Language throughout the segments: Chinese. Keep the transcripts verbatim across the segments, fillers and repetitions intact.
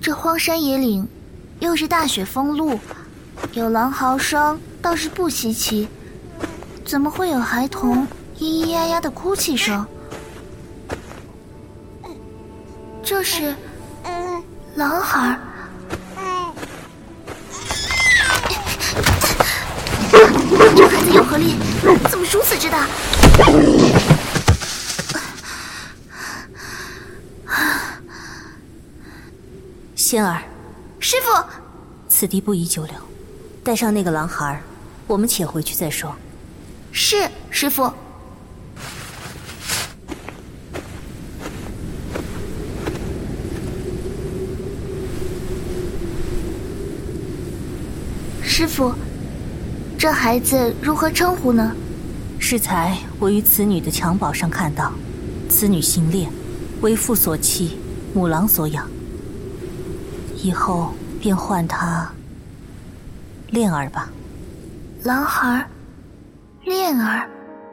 这荒山野岭，又是大雪封路，有狼嚎声倒是不稀奇，怎么会有孩童咿咿呀呀的哭泣声？这是狼孩。这孩子咬合力怎么如此之大？ 仙儿， 师傅， 此地不宜久留，带上那个狼孩，我们且回去再说。 是，师傅。师傅，这孩子如何称呼呢？ 适才我于此女的襁褓上看到，此女姓恋，为父所弃，母狼所养。以后便唤她恋儿吧。 狼孩，恋儿。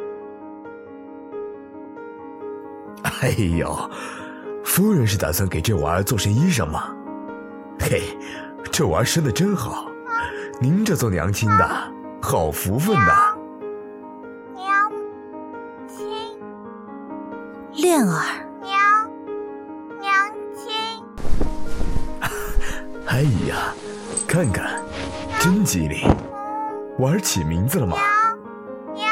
哎呦，夫人是打算给这娃儿做身衣裳吗？嘿，这娃儿生得真好，您这做娘亲的好福分呐。 娘亲， 恋儿， 娘娘亲。 哎呀，看看，真机灵。娃儿起名字了吗？ 娘，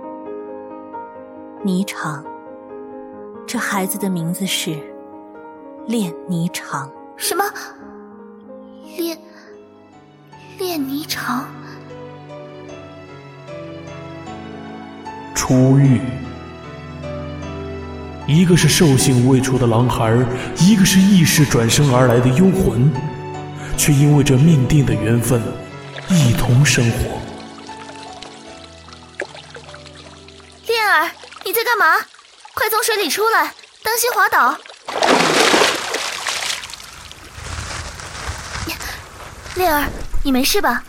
霓裳。这孩子的名字是恋霓裳。 什么？恋恋霓裳？ 初遇，一个是兽性未除的狼孩，一个是异世转生而来的幽魂，却因为这命定的缘分，一同生活。 恋儿，你在干嘛？快从水里出来，当心滑倒！恋儿，你没事吧？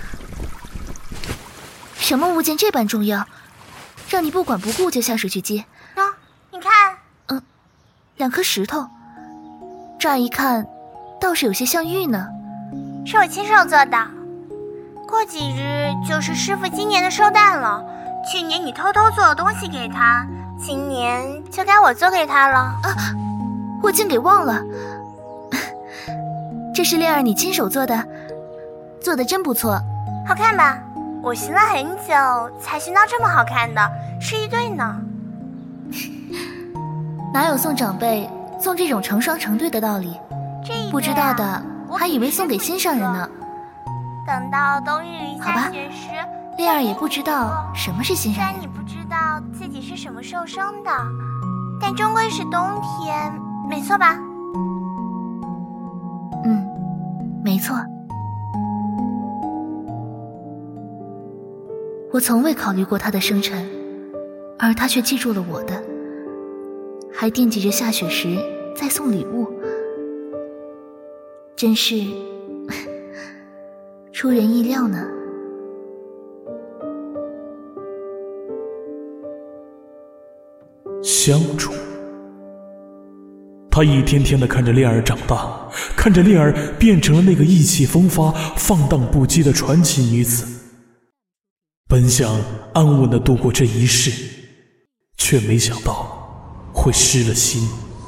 什么物件这般重要，让你不管不顾就下水去接？ 啊，你看， 嗯，两颗石头，乍一看倒是有些像玉呢。 是我亲手做的，过几日就是师傅今年的寿诞了。去年你偷偷做的东西给他，今年就该我做给他了。 啊，我竟给忘了。这是恋儿你亲手做的，做的真不错。 好看吧？我寻了很久才寻到这么好看的，是一对呢。 哪有送长辈送这种成双成对的道理？ 这一对啊， 不知道的还以为送给心上人呢。 等到冬日里下雪时， 恋儿也不知道什么是心上人。 虽然你不知道自己是什么受生的，但终归是冬天，没错吧？ 嗯，没错。我从未考虑过他的生辰，而他却记住了我的，还惦记着下雪时再送礼物，真是出人意料呢。 相处，他一天天的看着恋儿长大，看着恋儿变成了那个意气风发、放荡不羁的传奇女子。本想安稳的度过这一世，却没想到会失了心。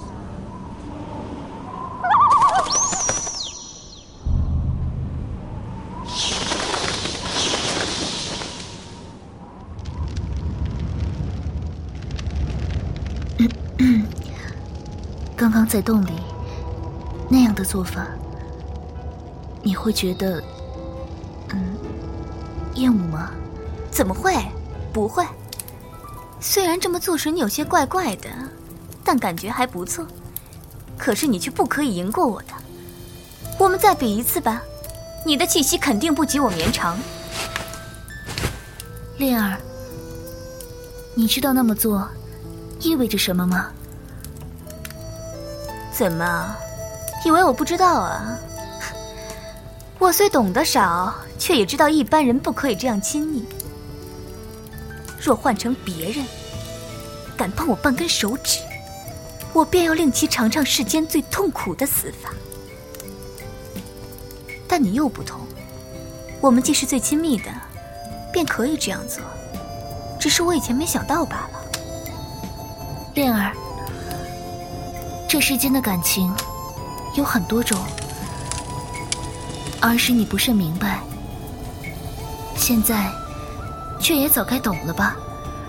刚刚在洞里那样的做法，你会觉得嗯厌恶吗？ 怎么会？不会。虽然这么做时你有些怪怪的，但感觉还不错。可是你却不可以赢过我的。我们再比一次吧，你的气息肯定不及我绵长。 恋儿，你知道那么做意味着什么吗？ 怎么，以为我不知道啊？我虽懂得少，却也知道一般人不可以这样亲昵。若换成别人，敢碰我半根手指，我便要令其尝尝世间最痛苦的死法。 但你又不同，我们既是最亲密的，便可以这样做，只是我以前没想到罢了。 恋儿，这世间的感情有很多种，儿时你不甚明白，现在却也早该懂了吧？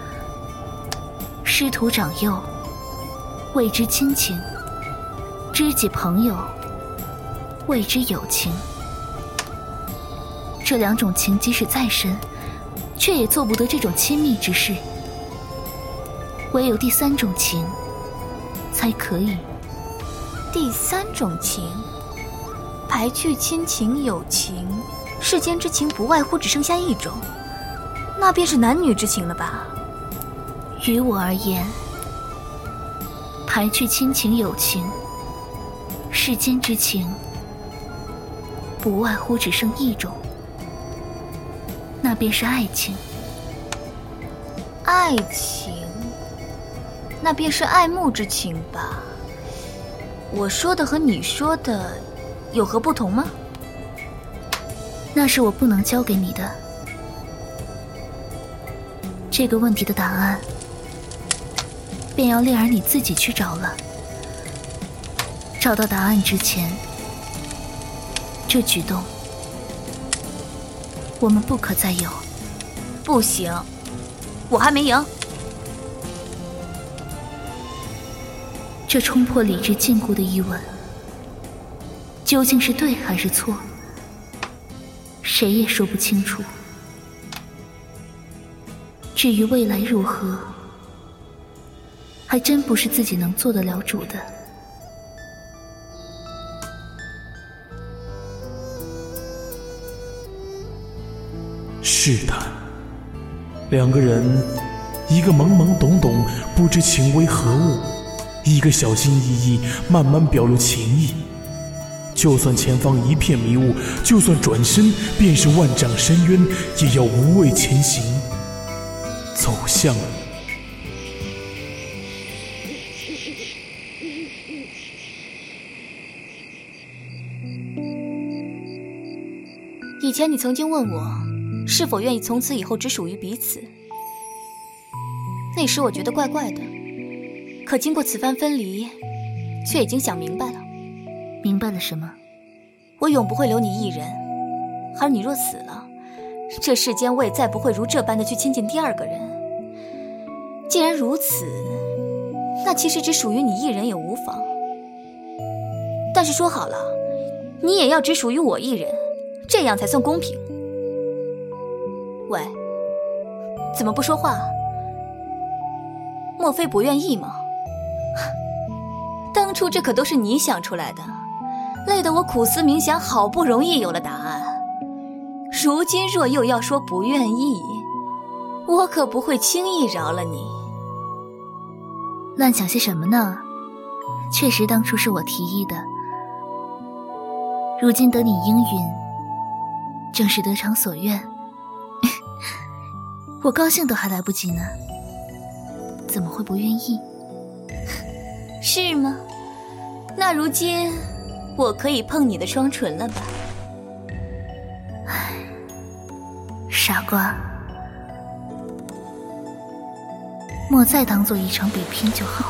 师徒长幼，谓之亲情；知己朋友，谓之友情。这两种情即使再深，却也做不得这种亲密之事。唯有第三种情，才可以。 第三种情，排去亲情友情，世间之情不外乎只剩下一种，那便是男女之情了吧？ 于我而言，排去亲情友情，世间之情不外乎只剩一种，那便是爱情。 爱情，那便是爱慕之情吧？我说的和你说的有何不同吗？ 那是我不能教给你的。这个问题的答案，便要恋儿你自己去找了。找到答案之前，这举动我们不可再有。 不行，我还没赢。 这冲破理智禁锢的一吻，究竟是对还是错，谁也说不清楚。至于未来如何，还真不是自己能做得了主的。 试探，两个人，一个懵懵懂懂不知情为何物，一个小心翼翼慢慢表露情意。就算前方一片迷雾，就算转身便是万丈深渊，也要无畏前行，走向你。 以前你曾经问我，是否愿意从此以后只属于彼此。那时我觉得怪怪的，可经过此番分离，却已经想明白了。 明白了什么？ 我永不会留你一人，而你若死了，这世间我也再不会如这般的去亲近第二个人。既然如此，那其实只属于你一人也无妨。但是说好了，你也要只属于我一人，这样才算公平。喂，怎么不说话？莫非不愿意吗？当初这可都是你想出来的，累得我苦思冥想，好不容易有了答案。如今若又要说不愿意，我可不会轻易饶了你。 乱想些什么呢？确实当初是我提议的，如今得你应允，正是得偿所愿。我高兴都还来不及呢，怎么会不愿意？ 是吗？那如今我可以碰你的双唇了吧？ 唉，傻瓜，莫再当做一场比拼就好。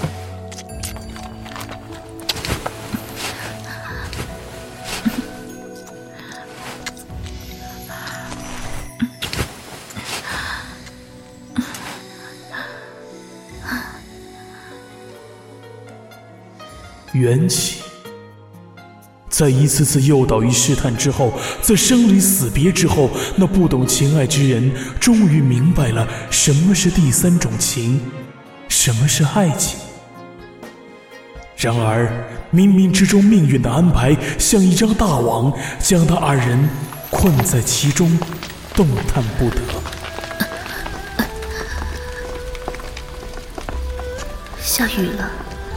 缘起，在一次次诱导与试探之后，在生离死别之后，那不懂情爱之人终于明白了什么是第三种情，什么是爱情。然而冥冥之中，命运的安排像一张大网，将他二人困在其中，动弹不得。 下雨了。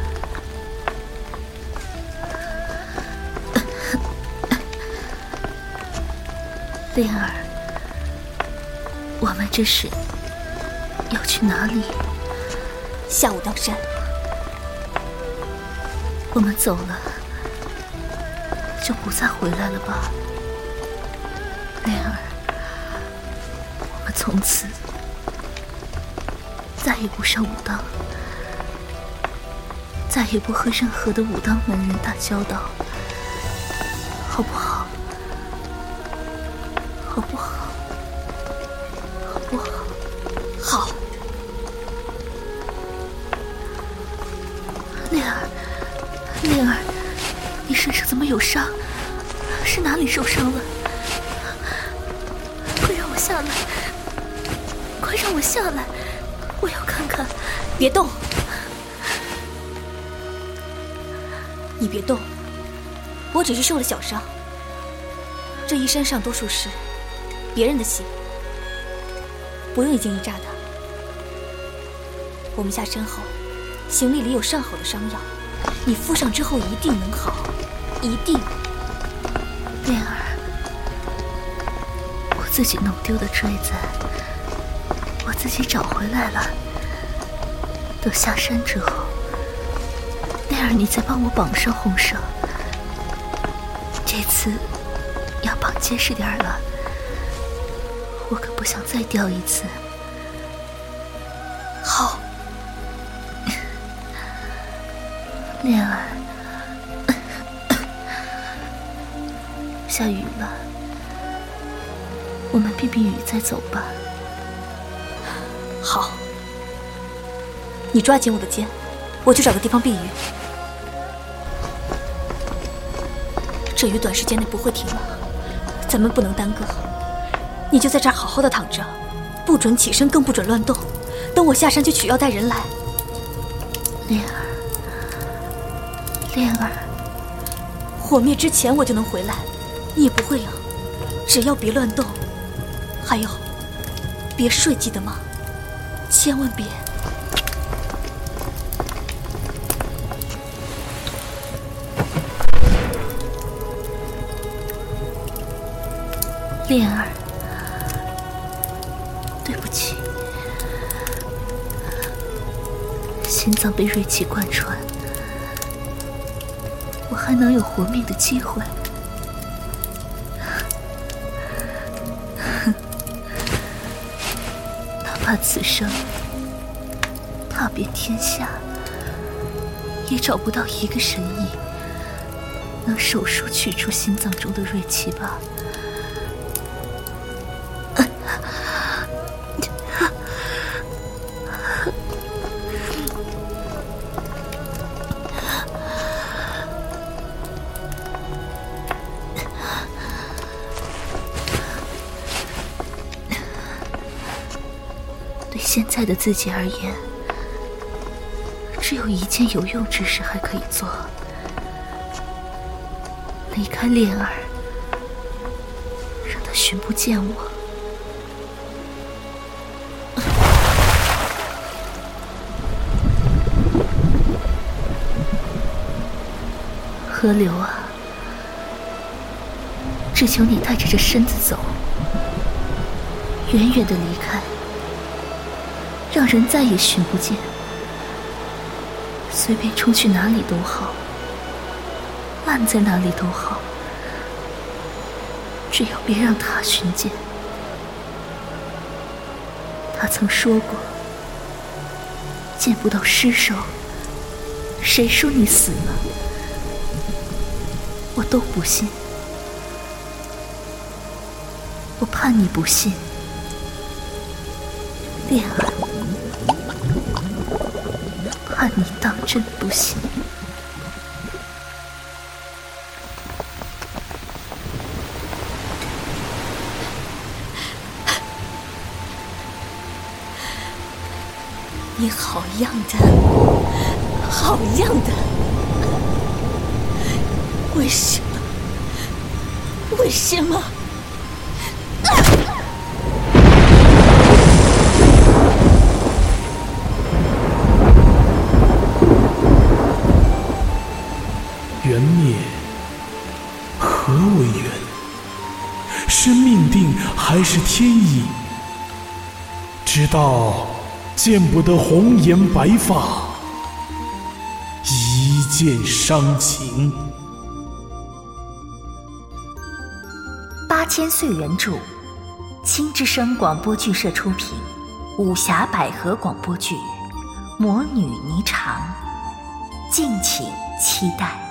恋儿，我们这是要去哪里？ 下武当山。 我们走了， 就不再回来了吧？莲儿，我们从此再也不上武当，再也不和任何的武当门人打交道，好不好？好不好？好不好？ 好。 莲儿，莲儿，你身上怎么有伤？是哪里受伤了？快让我下来！快让我下来！我要看看。 别动！你别动，我只是受了小伤。这一身上多数是别人的血，不用一惊一乍的。我们下山后，行李里有上好的伤药，你敷上之后一定能好，一定。 莲儿，我自己弄丢的坠子，我自己找回来了。等下山之后，莲儿你再帮我绑上红绳，这次要绑结实点了，我可不想再掉一次。 好。 莲儿，下雨了，我们避避雨再走吧。 好，你抓紧我的肩，我去找个地方避雨。这雨短时间内不会停了，咱们不能耽搁。你就在这儿好好的躺着，不准起身，更不准乱动。等我下山去取药带人来。 莲儿，莲儿， 火灭之前我就能回来，你也不会冷，只要别乱动。还有，别睡，记得吗？千万别。 莲儿，对不起，心脏被锐气贯穿，我还能有活命的机会。哪怕此生踏遍天下，也找不到一个神医能手术取出心脏中的锐气吧。现在的自己而言，只有一件有用之事还可以做，离开莲儿，让他寻不见我。河流啊，只求你带着这身子走，远远的离开，让人再也寻不见。随便冲去哪里都好，烂在哪里都好，只要别让他寻见。他曾说过，见不到尸首，谁说你死了？我都不信，我怕你不信。莲儿，怕你当真不信。 你好样的，好样的！为什么？为什么？ 缘灭，何为缘？是命定还是天意？直到见不得红颜白发，一见伤情。 千岁原著，青之声广播剧社出品，武侠百合广播剧《魔女霓裳》，敬请期待。